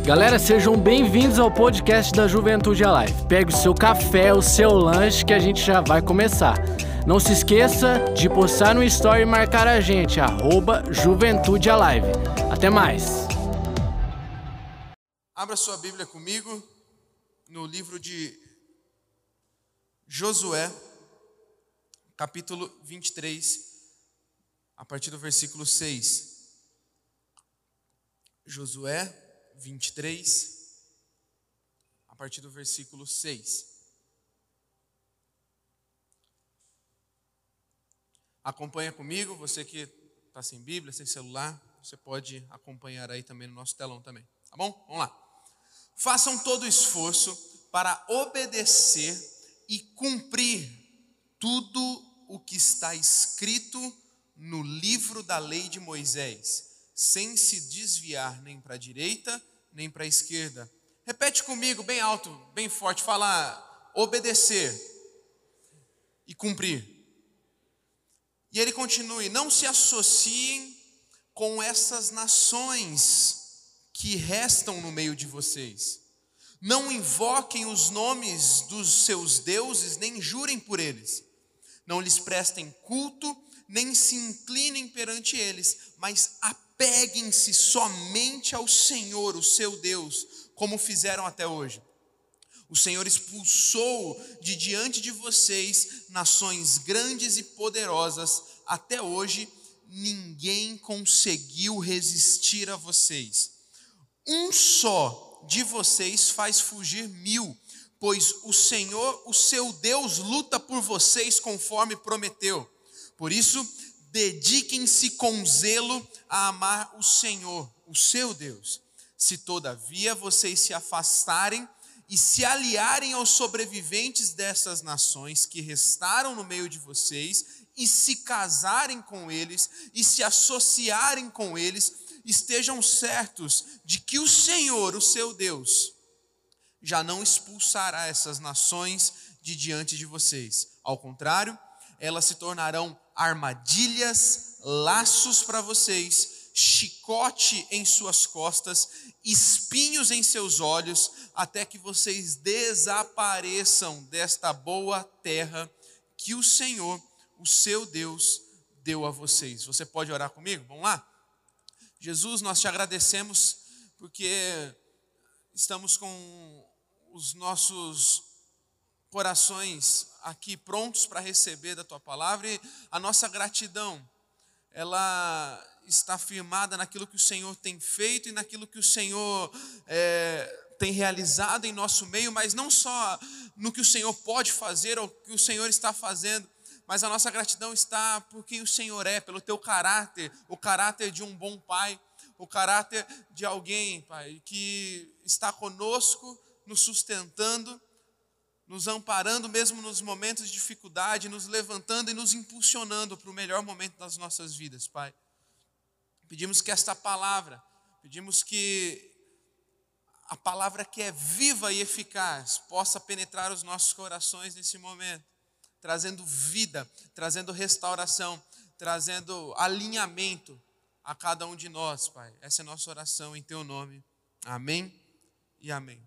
Galera, sejam bem-vindos ao podcast da Juventude Alive. Pegue o seu café, o seu lanche, que a gente já vai começar. Não se esqueça de postar no story e marcar a gente, @Juventude Alive. Até mais! Abra sua Bíblia comigo no livro de Josué, capítulo 23, a partir do versículo 6. Josué 23, a partir do versículo 6. Acompanha comigo, você que está sem Bíblia, sem celular, você pode acompanhar aí também no nosso telão também, tá bom? Vamos lá. Façam todo o esforço para obedecer e cumprir tudo o que está escrito no livro da lei de Moisés, sem se desviar nem para a direita, nem para a esquerda. Repete comigo, bem alto, bem forte, fala obedecer e cumprir. E ele continue, não se associem com essas nações que restam no meio de vocês. Não invoquem os nomes dos seus deuses, nem jurem por eles. Não lhes prestem culto, nem se inclinem perante eles, mas apeguem-se somente ao Senhor, o seu Deus, como fizeram até hoje. O Senhor expulsou de diante de vocês nações grandes e poderosas. Até hoje, ninguém conseguiu resistir a vocês. Um só de vocês faz fugir 1000, pois o Senhor, o seu Deus, luta por vocês conforme prometeu. Por isso, dediquem-se com zelo a amar o Senhor, o seu Deus. Se todavia vocês se afastarem e se aliarem aos sobreviventes dessas nações que restaram no meio de vocês, e se casarem com eles, e se associarem com eles, estejam certos de que o Senhor, o seu Deus, já não expulsará essas nações de diante de vocês. Ao contrário, elas se tornarão armadilhas, laços para vocês, chicote em suas costas, espinhos em seus olhos, até que vocês desapareçam desta boa terra que o Senhor, o seu Deus, deu a vocês. Você pode orar comigo? Vamos lá? Jesus, nós te agradecemos porque estamos com os nossos corações aqui prontos para receber da tua palavra, e a nossa gratidão, ela está firmada naquilo que o Senhor tem feito e naquilo que o Senhor tem realizado em nosso meio, mas não só no que o Senhor pode fazer ou o que o Senhor está fazendo, mas a nossa gratidão está por quem o Senhor é, pelo teu caráter, o caráter de um bom pai, o caráter de alguém, Pai, que está conosco, nos sustentando, nos amparando mesmo nos momentos de dificuldade, nos levantando e nos impulsionando para o melhor momento das nossas vidas, Pai. Pedimos que esta palavra, pedimos que a palavra que é viva e eficaz possa penetrar os nossos corações nesse momento, trazendo vida, trazendo restauração, trazendo alinhamento a cada um de nós, Pai. Essa é a nossa oração em teu nome. Amém e amém.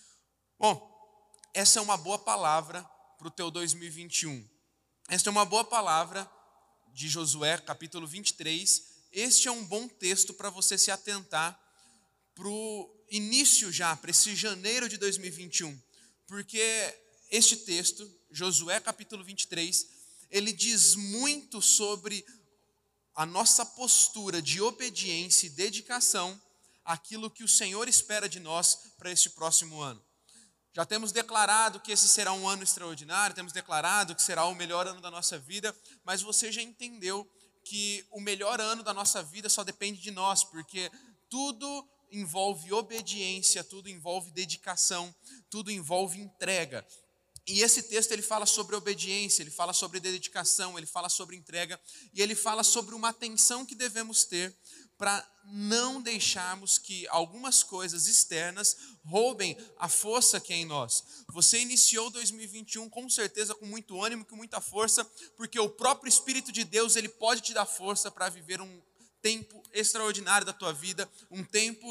Bom, essa é uma boa palavra para o teu 2021. Esta é uma boa palavra de Josué, capítulo 23. Este é um bom texto para você se atentar para o início já, para esse janeiro de 2021. Porque este texto, Josué, capítulo 23, ele diz muito sobre a nossa postura de obediência e dedicação àquilo que o Senhor espera de nós para este próximo ano. Já temos declarado que esse será um ano extraordinário, temos declarado que será o melhor ano da nossa vida, mas você já entendeu que o melhor ano da nossa vida só depende de nós, porque tudo envolve obediência, tudo envolve dedicação, tudo envolve entrega. E esse texto ele fala sobre obediência, ele fala sobre dedicação, ele fala sobre entrega, e ele fala sobre uma atenção que devemos ter para não deixarmos que algumas coisas externas roubem a força que é em nós. Você iniciou 2021 com certeza com muito ânimo, com muita força, porque o próprio Espírito de Deus ele pode te dar força para viver um tempo extraordinário da tua vida, um tempo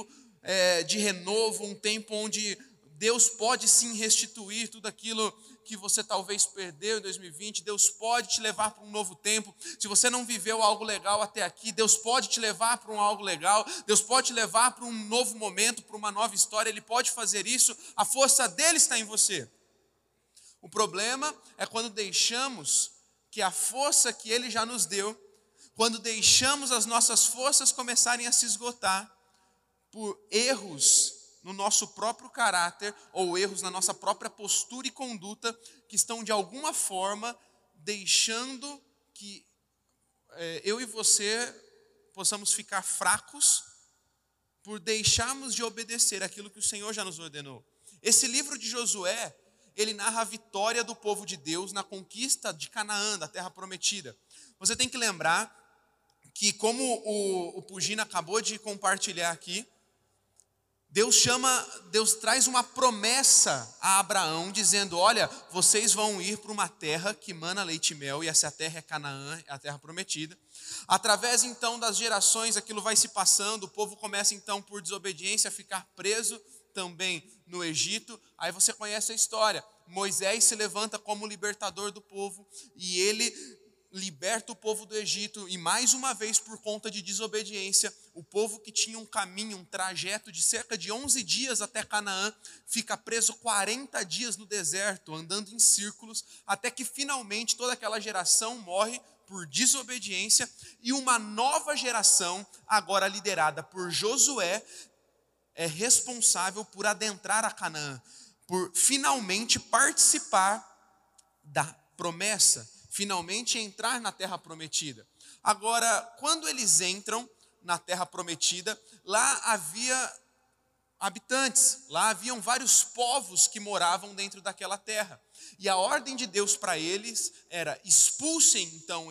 de renovo, um tempo onde Deus pode sim restituir tudo aquilo que você talvez perdeu em 2020. Deus pode te levar para um novo tempo. Se você não viveu algo legal até aqui, Deus pode te levar para algo legal. Deus pode te levar para um novo momento, para uma nova história. Ele pode fazer isso. A força dele está em você. O problema é quando deixamos que a força que ele já nos deu, quando deixamos as nossas forças começarem a se esgotar por erros no nosso próprio caráter ou erros na nossa própria postura e conduta que estão de alguma forma deixando que eu e você possamos ficar fracos por deixarmos de obedecer aquilo que o Senhor já nos ordenou. Esse livro de Josué, ele narra a vitória do povo de Deus na conquista de Canaã, da terra prometida. Você tem que lembrar que, como o Pugina acabou de compartilhar aqui, Deus traz uma promessa a Abraão, dizendo: olha, vocês vão ir para uma terra que mana leite e mel, e essa terra é Canaã, é a terra prometida. Através então das gerações, aquilo vai se passando, o povo começa então por desobediência a ficar preso também no Egito. Aí você conhece a história, Moisés se levanta como libertador do povo, e ele liberta o povo do Egito, e mais uma vez, por conta de desobediência, o povo que tinha um caminho, um trajeto de cerca de 11 dias até Canaã, fica preso 40 dias no deserto, andando em círculos, até que finalmente toda aquela geração morre por desobediência, e uma nova geração, agora liderada por Josué, é responsável por adentrar a Canaã, por finalmente participar da promessa, finalmente entrar na terra prometida. Agora, quando eles entram na terra prometida, lá havia habitantes, lá haviam vários povos que moravam dentro daquela terra. E a ordem de Deus para eles era: expulsem então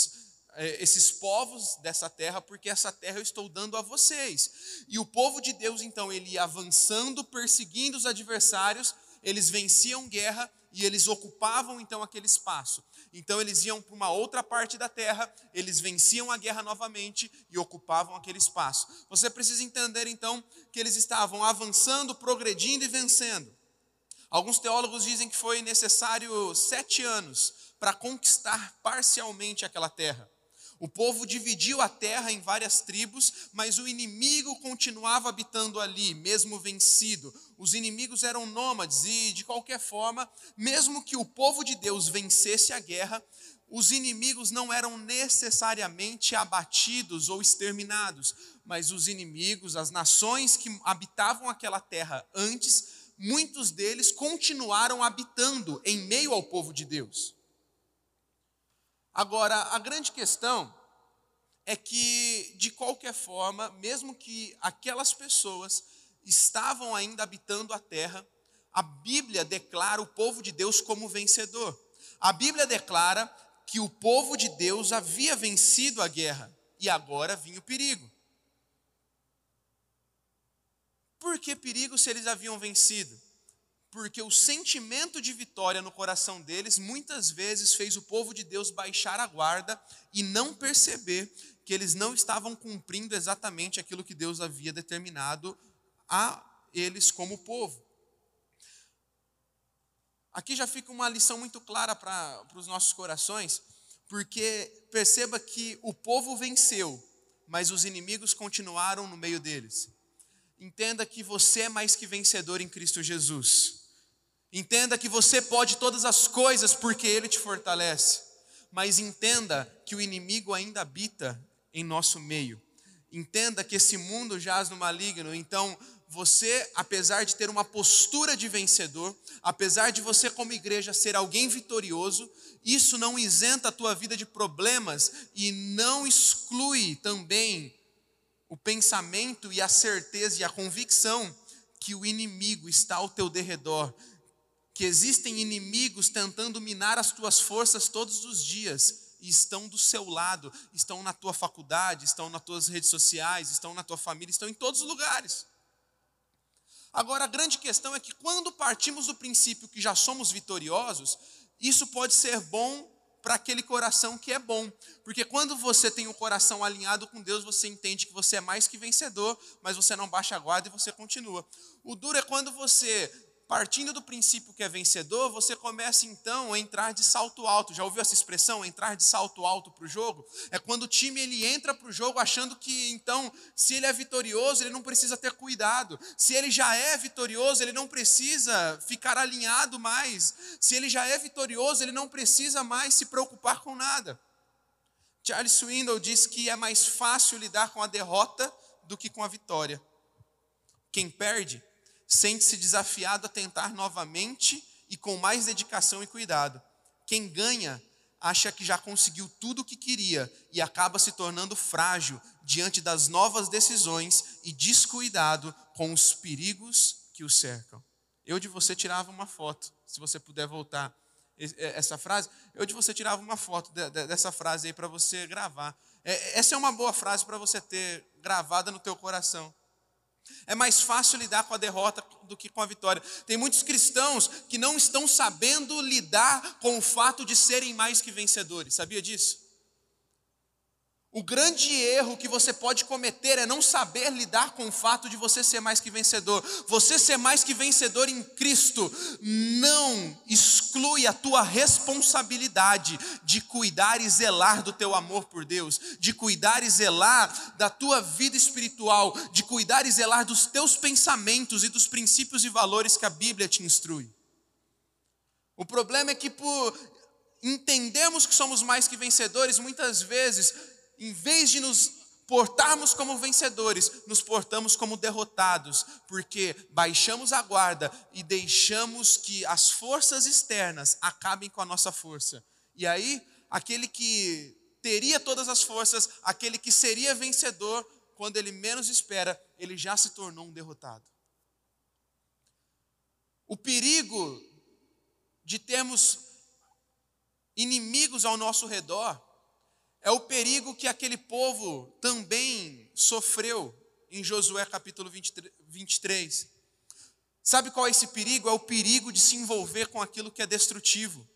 esses povos dessa terra, porque essa terra eu estou dando a vocês. E o povo de Deus então, ele ia avançando, perseguindo os adversários, eles venciam guerra e eles ocupavam então aquele espaço. Então eles iam para uma outra parte da terra, eles venciam a guerra novamente e ocupavam aquele espaço. Você precisa entender então que eles estavam avançando, progredindo e vencendo. Alguns teólogos dizem que foi necessário 7 anos para conquistar parcialmente aquela terra. O povo dividiu a terra em várias tribos, mas o inimigo continuava habitando ali, mesmo vencido. Os inimigos eram nômades e, de qualquer forma, mesmo que o povo de Deus vencesse a guerra, os inimigos não eram necessariamente abatidos ou exterminados, mas os inimigos, as nações que habitavam aquela terra antes, muitos deles continuaram habitando em meio ao povo de Deus. Agora, a grande questão é que, de qualquer forma, mesmo que aquelas pessoas estavam ainda habitando a terra, a Bíblia declara o povo de Deus como vencedor. A Bíblia declara que o povo de Deus havia vencido a guerra e agora vinha o perigo. Por que perigo se eles haviam vencido? Porque o sentimento de vitória no coração deles muitas vezes fez o povo de Deus baixar a guarda e não perceber que eles não estavam cumprindo exatamente aquilo que Deus havia determinado a eles como povo. Aqui já fica uma lição muito clara para os nossos corações, porque perceba que o povo venceu, mas os inimigos continuaram no meio deles. Entenda que você é mais que vencedor em Cristo Jesus. Entenda que você pode todas as coisas porque Ele te fortalece. Mas entenda que o inimigo ainda habita em nosso meio. Entenda que esse mundo jaz no maligno. Então você, apesar de ter uma postura de vencedor, apesar de você como igreja ser alguém vitorioso, isso não isenta a tua vida de problemas e não exclui também o pensamento e a certeza e a convicção que o inimigo está ao teu derredor, que existem inimigos tentando minar as tuas forças todos os dias, e estão do seu lado, estão na tua faculdade, estão nas tuas redes sociais, estão na tua família, estão em todos os lugares. Agora, a grande questão é que quando partimos do princípio que já somos vitoriosos, isso pode ser bom para aquele coração que é bom. Porque quando você tem o coração alinhado com Deus, você entende que você é mais que vencedor, mas você não baixa a guarda e você continua. O duro é quando você, partindo do princípio que é vencedor, você começa então a entrar de salto alto. Já ouviu essa expressão, entrar de salto alto para o jogo? É quando o time ele entra para o jogo achando que então, se ele é vitorioso, ele não precisa ter cuidado. Se ele já é vitorioso, ele não precisa ficar alinhado mais. Se ele já é vitorioso, ele não precisa mais se preocupar com nada. Charles Swindoll diz que é mais fácil lidar com a derrota do que com a vitória. Quem perde sente-se desafiado a tentar novamente e com mais dedicação e cuidado. Quem ganha acha que já conseguiu tudo o que queria e acaba se tornando frágil diante das novas decisões e descuidado com os perigos que o cercam. Eu de você tirava uma foto, se você puder voltar essa frase, eu de você tirava uma foto dessa frase aí para você gravar. Essa é uma boa frase para você ter gravada no teu coração. É mais fácil lidar com a derrota do que com a vitória. Tem muitos cristãos que não estão sabendo lidar com o fato de serem mais que vencedores. Sabia disso? O grande erro que você pode cometer é não saber lidar com o fato de você ser mais que vencedor. Você ser mais que vencedor em Cristo não exclui a tua responsabilidade de cuidar e zelar do teu amor por Deus, de cuidar e zelar da tua vida espiritual, de cuidar e zelar dos teus pensamentos e dos princípios e valores que a Bíblia te instrui. O problema é que por entendermos que somos mais que vencedores, muitas vezes, em vez de nos portarmos como vencedores, nos portamos como derrotados, porque baixamos a guarda e deixamos que as forças externas acabem com a nossa força. E aí, aquele que teria todas as forças, aquele que seria vencedor, quando ele menos espera, ele já se tornou um derrotado. O perigo de termos inimigos ao nosso redor é o perigo que aquele povo também sofreu em Josué capítulo 23. Sabe qual é esse perigo? É o perigo de se envolver com aquilo que é destrutivo.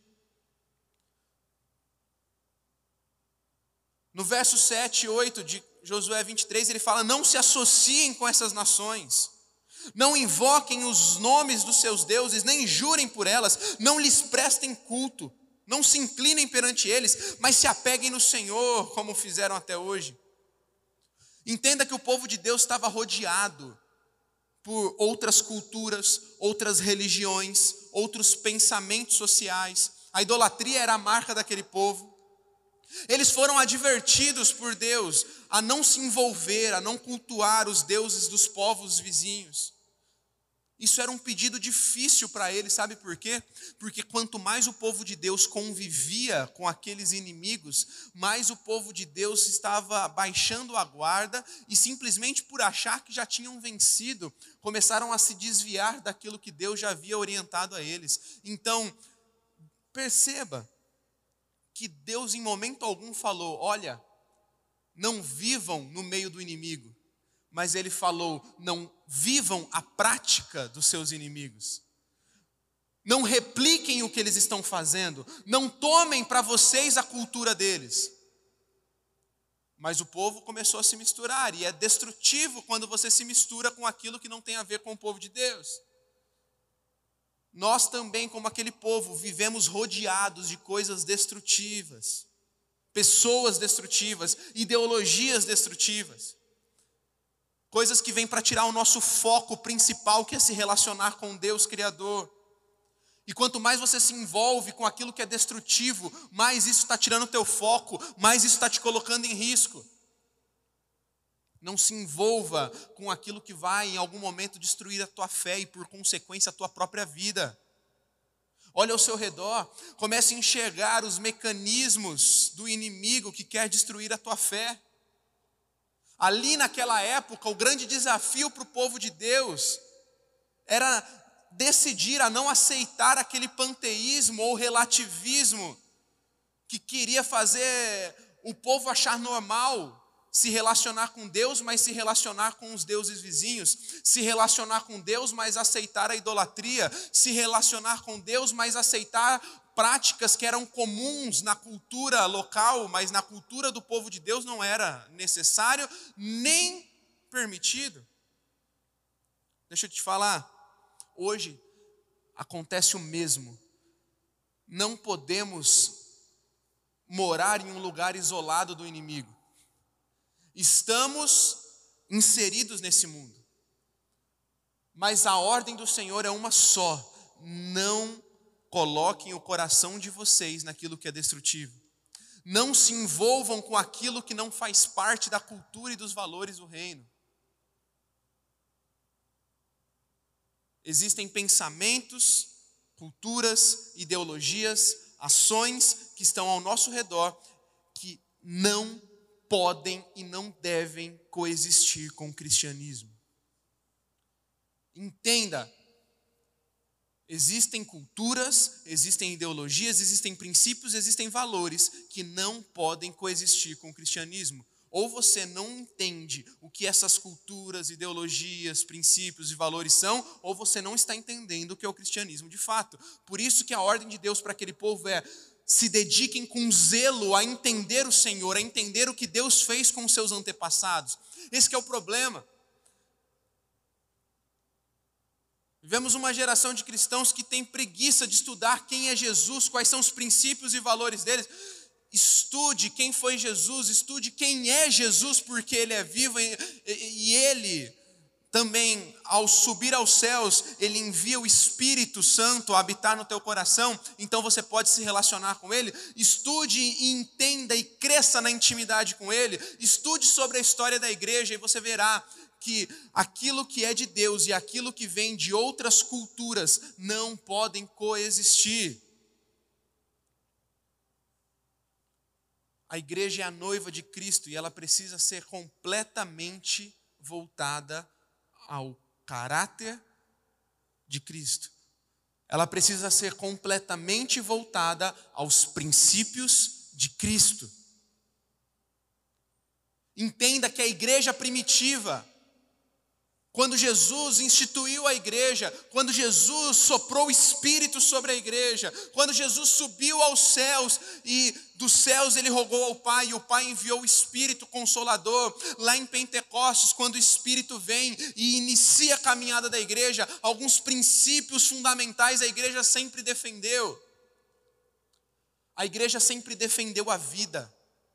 No verso 7 e 8 de Josué 23, ele fala: não se associem com essas nações, não invoquem os nomes dos seus deuses, nem jurem por elas, não lhes prestem culto. Não se inclinem perante eles, mas se apeguem no Senhor, como fizeram até hoje. Entenda que o povo de Deus estava rodeado por outras culturas, outras religiões, outros pensamentos sociais. A idolatria era a marca daquele povo. Eles foram advertidos por Deus a não se envolver, a não cultuar os deuses dos povos vizinhos. Isso era um pedido difícil para eles, sabe por quê? Porque quanto mais o povo de Deus convivia com aqueles inimigos, mais o povo de Deus estava baixando a guarda e simplesmente por achar que já tinham vencido, começaram a se desviar daquilo que Deus já havia orientado a eles. Então, perceba que Deus em momento algum falou: olha, não vivam no meio do inimigo. Mas ele falou: não vivam a prática dos seus inimigos. Não repliquem o que eles estão fazendo. Não tomem para vocês a cultura deles. Mas o povo começou a se misturar. E é destrutivo quando você se mistura com aquilo que não tem a ver com o povo de Deus. Nós também, como aquele povo, vivemos rodeados de coisas destrutivas. Pessoas destrutivas, ideologias destrutivas. Coisas que vêm para tirar o nosso foco principal, que é se relacionar com Deus Criador. E quanto mais você se envolve com aquilo que é destrutivo, mais isso está tirando o teu foco, mais isso está te colocando em risco. Não se envolva com aquilo que vai em algum momento destruir a tua fé e por consequência a tua própria vida. Olha ao seu redor, comece a enxergar os mecanismos do inimigo que quer destruir a tua fé. Ali naquela época, o grande desafio para o povo de Deus era decidir a não aceitar aquele panteísmo ou relativismo que queria fazer o povo achar normal se relacionar com Deus, mas se relacionar com os deuses vizinhos, se relacionar com Deus, mas aceitar a idolatria, se relacionar com Deus, mas aceitar práticas que eram comuns na cultura local, mas na cultura do povo de Deus não era necessário nem permitido. Deixa eu te falar, hoje acontece o mesmo. Não podemos morar em um lugar isolado do inimigo. Estamos inseridos nesse mundo. Mas a ordem do Senhor é uma só: não coloquem o coração de vocês naquilo que é destrutivo. Não se envolvam com aquilo que não faz parte da cultura e dos valores do reino. Existem pensamentos, culturas, ideologias, ações que estão ao nosso redor que não podem e não devem coexistir com o cristianismo. Entenda, existem culturas, existem ideologias, existem princípios, existem valores que não podem coexistir com o cristianismo. Ou você não entende o que essas culturas, ideologias, princípios e valores são, ou você não está entendendo o que é o cristianismo de fato. Por isso que a ordem de Deus para aquele povo é: se dediquem com zelo a entender o Senhor, a entender o que Deus fez com os seus antepassados. Esse que é o problema. Vivemos uma geração de cristãos que tem preguiça de estudar quem é Jesus, quais são os princípios e valores deles. Estude quem foi Jesus, estude quem é Jesus, porque Ele é vivo e Ele também, ao subir aos céus, Ele envia o Espírito Santo a habitar no teu coração, então você pode se relacionar com Ele. Estude e entenda e cresça na intimidade com Ele. Estude sobre a história da igreja e você verá que aquilo que é de Deus e aquilo que vem de outras culturas não podem coexistir. A igreja é a noiva de Cristo e ela precisa ser completamente voltada ao caráter de Cristo. Ela precisa ser completamente voltada aos princípios de Cristo. Entenda que a igreja primitiva, quando Jesus instituiu a igreja, quando Jesus soprou o Espírito sobre a igreja, quando Jesus subiu aos céus e dos céus Ele rogou ao Pai e o Pai enviou o Espírito Consolador, lá em Pentecostes, quando o Espírito vem e inicia a caminhada da igreja, alguns princípios fundamentais a igreja sempre defendeu. A igreja sempre defendeu a vida.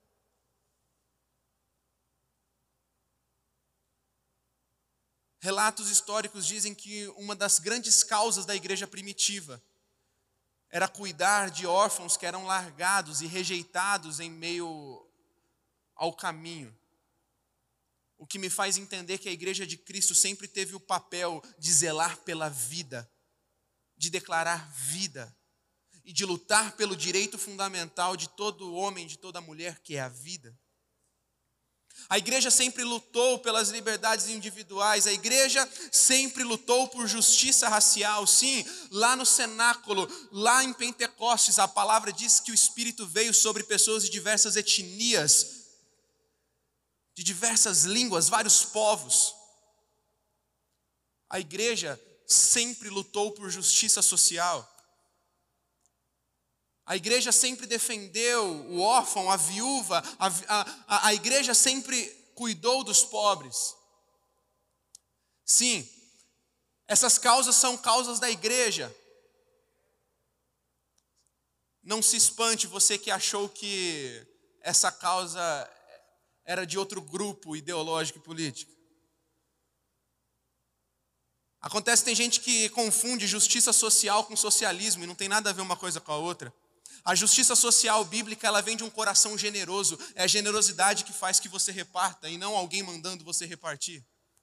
Relatos históricos dizem que uma das grandes causas da igreja primitiva era cuidar de órfãos que eram largados e rejeitados em meio ao caminho. O que me faz entender que a igreja de Cristo sempre teve o papel de zelar pela vida, de declarar vida e de lutar pelo direito fundamental de todo homem, de toda mulher, que é a vida. A igreja sempre lutou pelas liberdades individuais, a igreja sempre lutou por justiça racial. Sim, lá no cenáculo, lá em Pentecostes, a palavra diz que o Espírito veio sobre pessoas de diversas etnias, de diversas línguas, vários povos. A igreja sempre lutou por justiça social. A igreja sempre defendeu o órfão, a viúva, a igreja sempre cuidou dos pobres. Sim, essas causas são causas da igreja. Não se espante você que achou que essa causa era de outro grupo ideológico e político. Acontece que tem gente que confunde justiça social com socialismo e não tem nada a ver uma coisa com a outra. A justiça social bíblica, ela vem de um coração generoso. É a generosidade que faz que você reparta e não alguém mandando você repartir.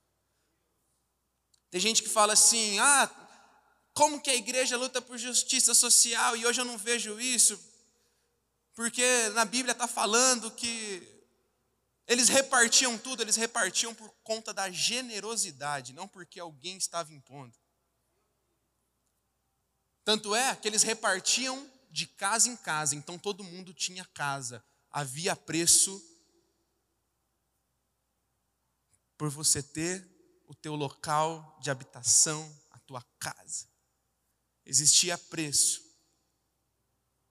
Tem gente que fala assim: como que a igreja luta por justiça social e hoje eu não vejo isso? Porque na Bíblia está falando que eles repartiam tudo, eles repartiam por conta da generosidade, não porque alguém estava impondo. Tanto é que eles repartiam de casa em casa, então todo mundo tinha casa. Havia preço por você ter o teu local de habitação, a tua casa. Existia preço.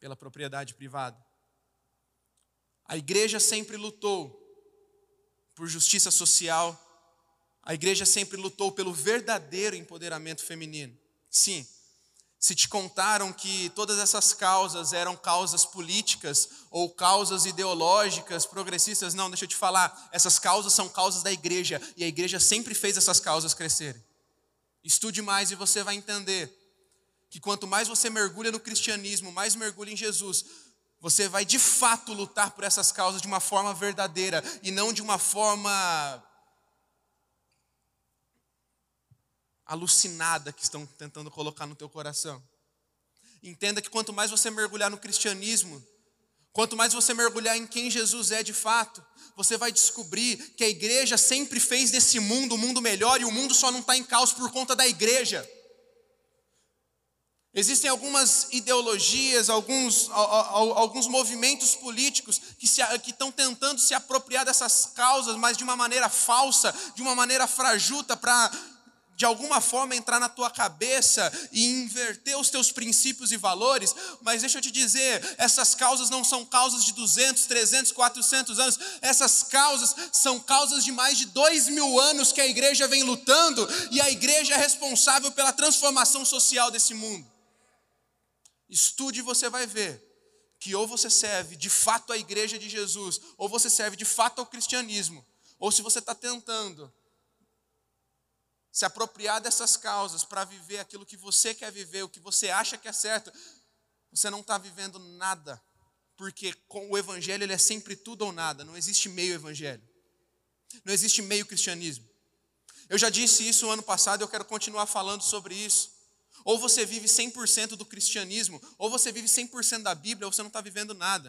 pela propriedade privada. A igreja sempre lutou por justiça social. A igreja sempre lutou pelo verdadeiro empoderamento feminino. Sim, se te contaram que todas essas causas eram causas políticas ou causas ideológicas, progressistas, não, deixa eu te falar, essas causas são causas da igreja, e a igreja sempre fez essas causas crescerem. Estude mais e você vai entender que quanto mais você mergulha no cristianismo, mais mergulha em Jesus, você vai de fato lutar por essas causas de uma forma verdadeira e não de uma forma alucinada que estão tentando colocar no teu coração. Entenda que quanto mais você mergulhar no cristianismo, quanto mais você mergulhar em quem Jesus é de fato, você vai descobrir que a igreja sempre fez desse mundo um mundo melhor, e o mundo só não está em caos por conta da igreja. Existem algumas ideologias, alguns movimentos políticos que estão tentando se apropriar dessas causas, mas de uma maneira falsa, de uma maneira fajuta, para de alguma forma entrar na tua cabeça e inverter os teus princípios e valores. Mas deixa eu te dizer, essas causas não são causas de 200, 300, 400 anos. Essas causas são causas de mais de 2000 anos que a igreja vem lutando, e a igreja é responsável pela transformação social desse mundo. Estude e você vai ver que ou você serve de fato à igreja de Jesus, ou você serve de fato ao cristianismo, ou se você está tentando se apropriar dessas causas para viver aquilo que você quer viver, o que você acha que é certo, você não está vivendo nada, porque com o evangelho ele é sempre tudo ou nada, não existe meio evangelho, não existe meio cristianismo. Eu já disse isso ano passado e eu quero continuar falando sobre isso. Ou você vive 100% do cristianismo, ou você vive 100% da Bíblia, ou você não está vivendo nada.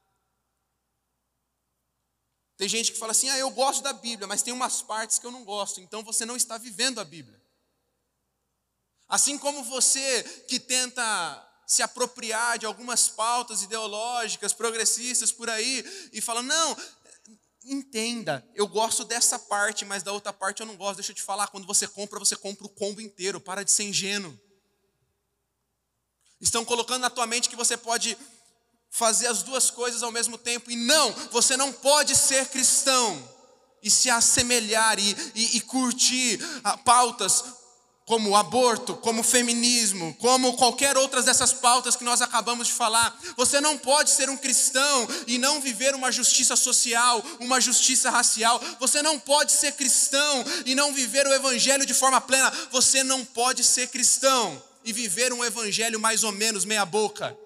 Tem gente que fala assim, eu gosto da Bíblia, mas tem umas partes que eu não gosto, então você não está vivendo a Bíblia. Assim como você que tenta se apropriar de algumas pautas ideológicas, progressistas por aí, e fala, não, entenda, eu gosto dessa parte, mas da outra parte eu não gosto. Deixa eu te falar, quando você compra o combo inteiro, para de ser ingênuo. Estão colocando na tua mente que você pode fazer as duas coisas ao mesmo tempo, e não, você não pode ser cristão e se assemelhar e curtir pautas como aborto, como feminismo, como qualquer outras dessas pautas que nós acabamos de falar. Você não pode ser um cristão e não viver uma justiça social, uma justiça racial. Você não pode ser cristão e não viver o evangelho de forma plena. Você não pode ser cristão e viver um evangelho mais ou menos meia boca.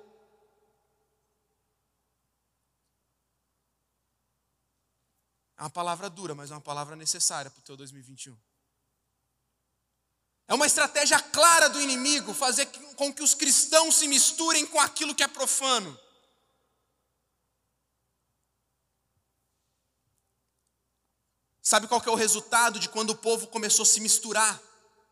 É uma palavra dura, mas é uma palavra necessária para o teu 2021. É uma estratégia clara do inimigo fazer com que os cristãos se misturem com aquilo que é profano. Sabe qual que é o resultado de quando o povo começou a se misturar?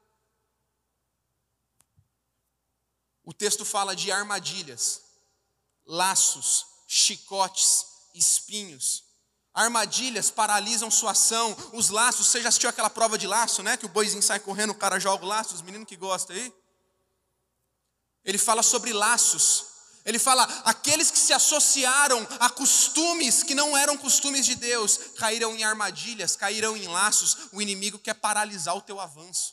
O texto fala de armadilhas, laços, chicotes, espinhos. Armadilhas paralisam sua ação. Os laços, você já assistiu aquela prova de laço, né? Que o boizinho sai correndo, o cara joga o laço, os meninos que gostam aí. Ele fala sobre laços. Ele fala, aqueles que se associaram a costumes que não eram costumes de Deus, caíram em armadilhas, caíram em laços. O inimigo quer paralisar o teu avanço.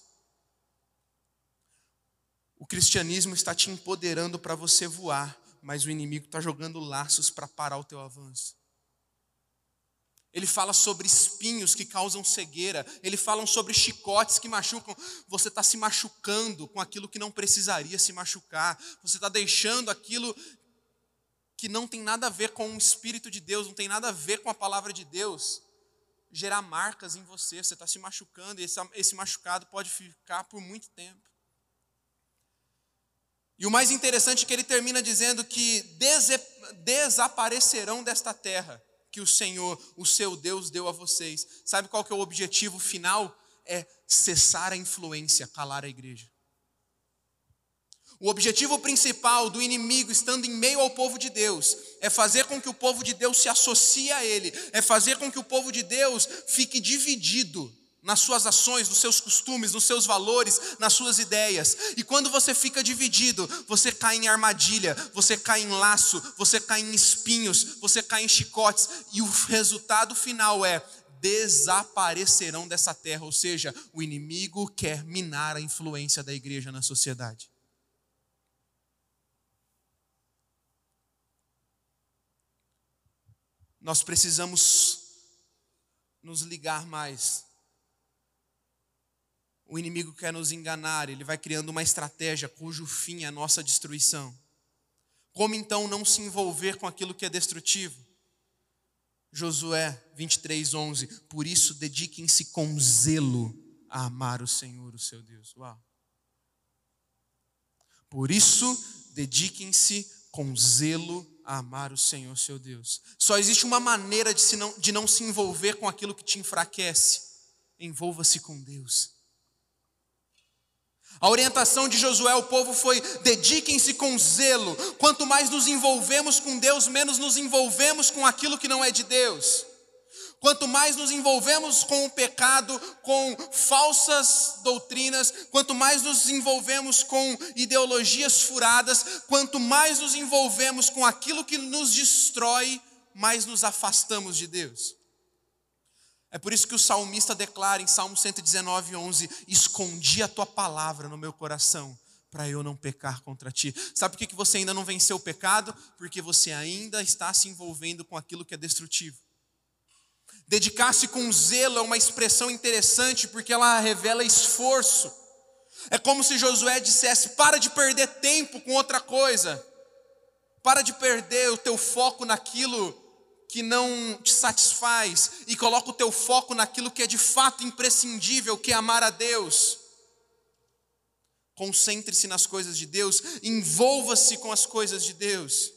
O cristianismo está te empoderando para você voar, mas o inimigo está jogando laços para parar o teu avanço. Ele fala sobre espinhos que causam cegueira. Ele fala sobre chicotes que machucam. Você está se machucando com aquilo que não precisaria se machucar. Você está deixando aquilo que não tem nada a ver com o Espírito de Deus, não tem nada a ver com a palavra de Deus, gerar marcas em você. Você está se machucando e esse machucado pode ficar por muito tempo. E o mais interessante é que ele termina dizendo que desaparecerão desta terra que o Senhor, o seu Deus, deu a vocês. Sabe qual que é o objetivo final? É cessar a influência, calar a igreja. O objetivo principal do inimigo, estando em meio ao povo de Deus, é fazer com que o povo de Deus se associe a ele, é fazer com que o povo de Deus fique dividido nas suas ações, nos seus costumes, nos seus valores, nas suas ideias. E quando você fica dividido, você cai em armadilha, você cai em laço, você cai em espinhos, você cai em chicotes. E o resultado final é: desaparecerão dessa terra. Ou seja, o inimigo quer minar a influência da igreja na sociedade. Nós precisamos nos ligar mais. O inimigo quer nos enganar, ele vai criando uma estratégia cujo fim é a nossa destruição. Como então não se envolver com aquilo que é destrutivo? Josué 23:11, por isso dediquem-se com zelo a amar o Senhor, o seu Deus. Uau. Por isso dediquem-se com zelo a amar o Senhor, seu Deus. Só existe uma maneira de não se envolver com aquilo que te enfraquece. Envolva-se com Deus. A orientação de Josué ao povo foi: dediquem-se com zelo. Quanto mais nos envolvemos com Deus, menos nos envolvemos com aquilo que não é de Deus. Quanto mais nos envolvemos com o pecado, com falsas doutrinas, quanto mais nos envolvemos com ideologias furadas, quanto mais nos envolvemos com aquilo que nos destrói, mais nos afastamos de Deus. É por isso que o salmista declara em Salmo 119:11, escondi a tua palavra no meu coração, para eu não pecar contra ti. Sabe por que você ainda não venceu o pecado? Porque você ainda está se envolvendo com aquilo que é destrutivo. Dedicar-se com zelo é uma expressão interessante, porque ela revela esforço. É como se Josué dissesse: para de perder tempo com outra coisa. Para de perder o teu foco naquilo que não te satisfaz e coloca o teu foco naquilo que é de fato imprescindível, que é amar a Deus. Concentre-se nas coisas de Deus, envolva-se com as coisas de Deus.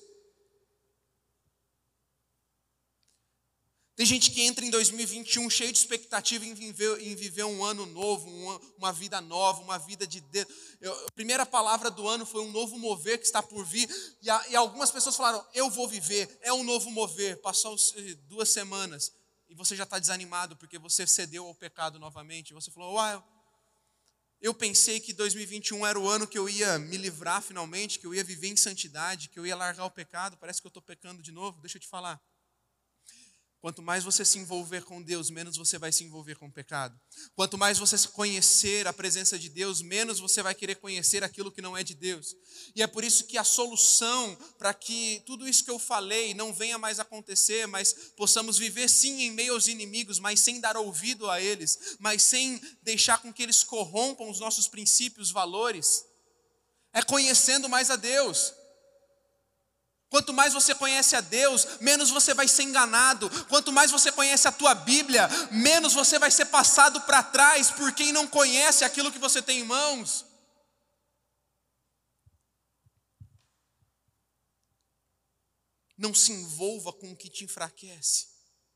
Tem gente que entra em 2021 cheio de expectativa em viver um ano novo, uma vida nova, uma vida de Deus. A primeira palavra do ano foi um novo mover que está por vir. E algumas pessoas falaram: eu vou viver, é um novo mover. Passou 2 semanas e você já está desanimado porque você cedeu ao pecado novamente. Você falou: uai, eu pensei que 2021 era o ano que eu ia me livrar finalmente, que eu ia viver em santidade, que eu ia largar o pecado. Parece que eu estou pecando de novo. Deixa eu te falar. Quanto mais você se envolver com Deus, menos você vai se envolver com o pecado. Quanto mais você conhecer a presença de Deus, menos você vai querer conhecer aquilo que não é de Deus. E é por isso que a solução para que tudo isso que eu falei não venha mais acontecer, mas possamos viver sim em meio aos inimigos, mas sem dar ouvido a eles, mas sem deixar com que eles corrompam os nossos princípios, valores, é conhecendo mais a Deus. Quanto mais você conhece a Deus, menos você vai ser enganado. Quanto mais você conhece a tua Bíblia, menos você vai ser passado para trás por quem não conhece aquilo que você tem em mãos. Não se envolva com o que te enfraquece.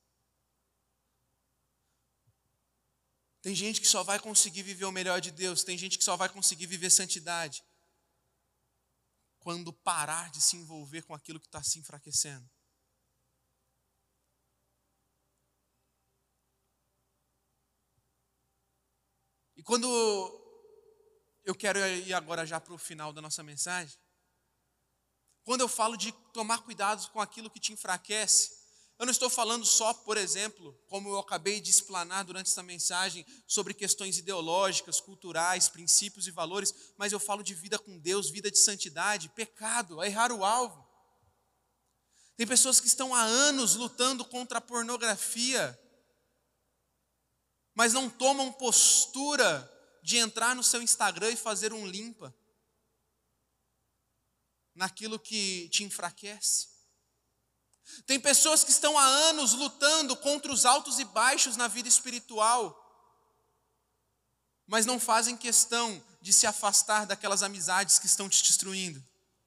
Tem gente que só vai conseguir viver o melhor de Deus, tem gente que só vai conseguir viver santidade quando parar de se envolver com aquilo que está se enfraquecendo. E quando eu quero ir agora já para o final da nossa mensagem, quando eu falo de tomar cuidado com aquilo que te enfraquece, eu não estou falando só, por exemplo, como eu acabei de explanar durante essa mensagem, sobre questões ideológicas, culturais, princípios e valores, mas eu falo de vida com Deus, vida de santidade, pecado, a errar o alvo. Tem pessoas que estão há anos lutando contra a pornografia, mas não tomam postura de entrar no seu Instagram e fazer um limpa naquilo que te enfraquece. Tem pessoas que estão há anos lutando contra os altos e baixos na vida espiritual, mas não fazem questão de se afastar daquelas amizades que estão te destruindo.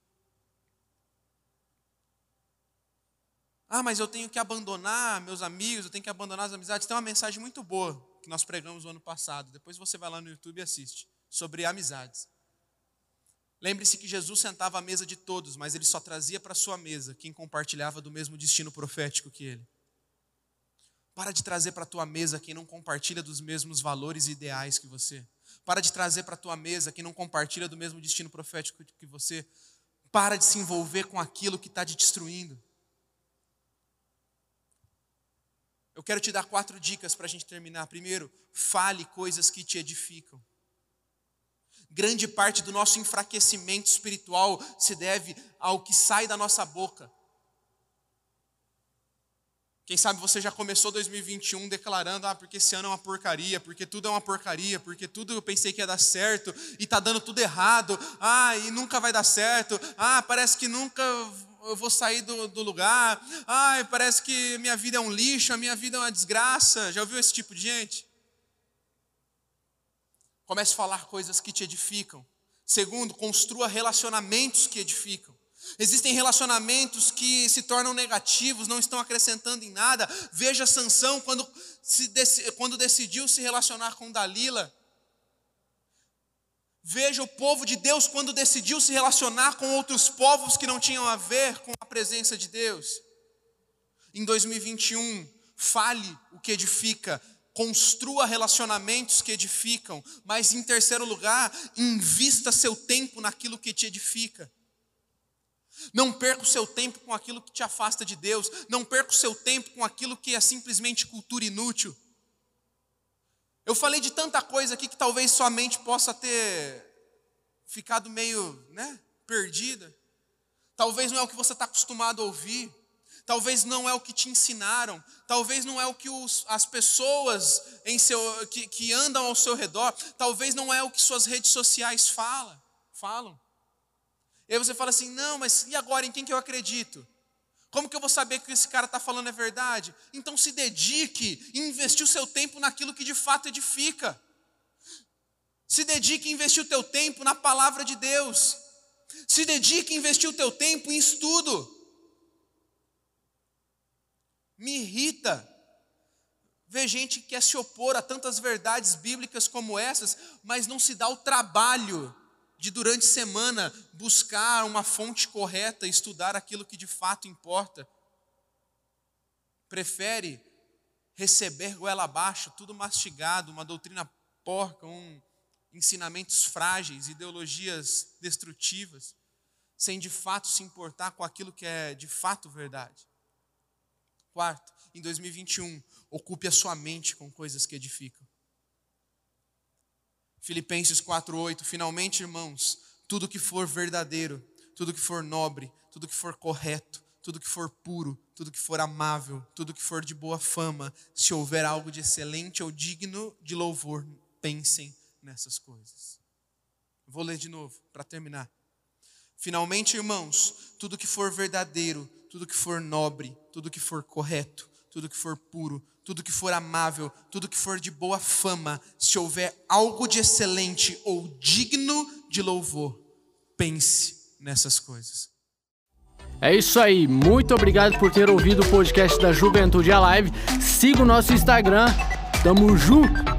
Ah, mas eu tenho que abandonar meus amigos, eu tenho que abandonar as amizades. Tem uma mensagem muito boa que nós pregamos no ano passado. Depois você vai lá no YouTube e assiste, sobre amizades. Lembre-se que Jesus sentava à mesa de todos, mas ele só trazia para a sua mesa quem compartilhava do mesmo destino profético que ele. Para de trazer para a tua mesa quem não compartilha dos mesmos valores e ideais que você. Para de trazer para a tua mesa quem não compartilha do mesmo destino profético que você. Para de se envolver com aquilo que está te destruindo. Eu quero te dar 4 dicas para a gente terminar. Primeiro, fale coisas que te edificam. Grande parte do nosso enfraquecimento espiritual se deve ao que sai da nossa boca. Quem sabe você já começou 2021 declarando, porque esse ano é uma porcaria, porque tudo é uma porcaria, porque tudo eu pensei que ia dar certo e está dando tudo errado, e nunca vai dar certo, parece que nunca eu vou sair do lugar, parece que minha vida é um lixo, a minha vida é uma desgraça. Já ouviu esse tipo de gente? Comece a falar coisas que te edificam. Segundo, construa relacionamentos que edificam. Existem relacionamentos que se tornam negativos, não estão acrescentando em nada. Veja Sansão quando decidiu se relacionar com Dalila. Veja o povo de Deus quando decidiu se relacionar com outros povos que não tinham a ver com a presença de Deus. Em 2021, fale o que edifica, construa relacionamentos que edificam, mas em terceiro lugar, invista seu tempo naquilo que te edifica. Não perca o seu tempo com aquilo que te afasta de Deus. Não perca o seu tempo com aquilo que é simplesmente cultura inútil. Eu falei de tanta coisa aqui que talvez sua mente possa ter ficado meio, perdida. Talvez não é o que você está acostumado a ouvir. Talvez não é o que te ensinaram. Talvez não é o que as pessoas que andam ao seu redor. Talvez não é o que suas redes sociais falam. E aí você fala assim, não, mas e agora, em quem que eu acredito? Como que eu vou saber que o que esse cara está falando é verdade? Então se dedique e investir o seu tempo naquilo que de fato edifica. Se dedique a investir o teu tempo na palavra de Deus. Se dedique a investir o teu tempo em estudo. Me irrita ver gente que quer se opor a tantas verdades bíblicas como essas, mas não se dá o trabalho de durante a semana buscar uma fonte correta, estudar aquilo que de fato importa. Prefere receber goela abaixo, tudo mastigado, uma doutrina porca, ensinamentos frágeis, ideologias destrutivas, sem de fato se importar com aquilo que é de fato verdade. Quarto, em 2021, ocupe a sua mente com coisas que edificam. Filipenses 4:8, finalmente, irmãos, tudo que for verdadeiro, tudo que for nobre, tudo que for correto, tudo que for puro, tudo que for amável, tudo que for de boa fama, se houver algo de excelente ou digno de louvor, pensem nessas coisas. Vou ler de novo, para terminar. Finalmente, irmãos, tudo que for verdadeiro, tudo que for nobre, tudo que for correto, tudo que for puro, tudo que for amável, tudo que for de boa fama, se houver algo de excelente ou digno de louvor, pense nessas coisas. É isso aí, muito obrigado por ter ouvido o podcast da Juventude Alive. Siga o nosso Instagram, tamo junto!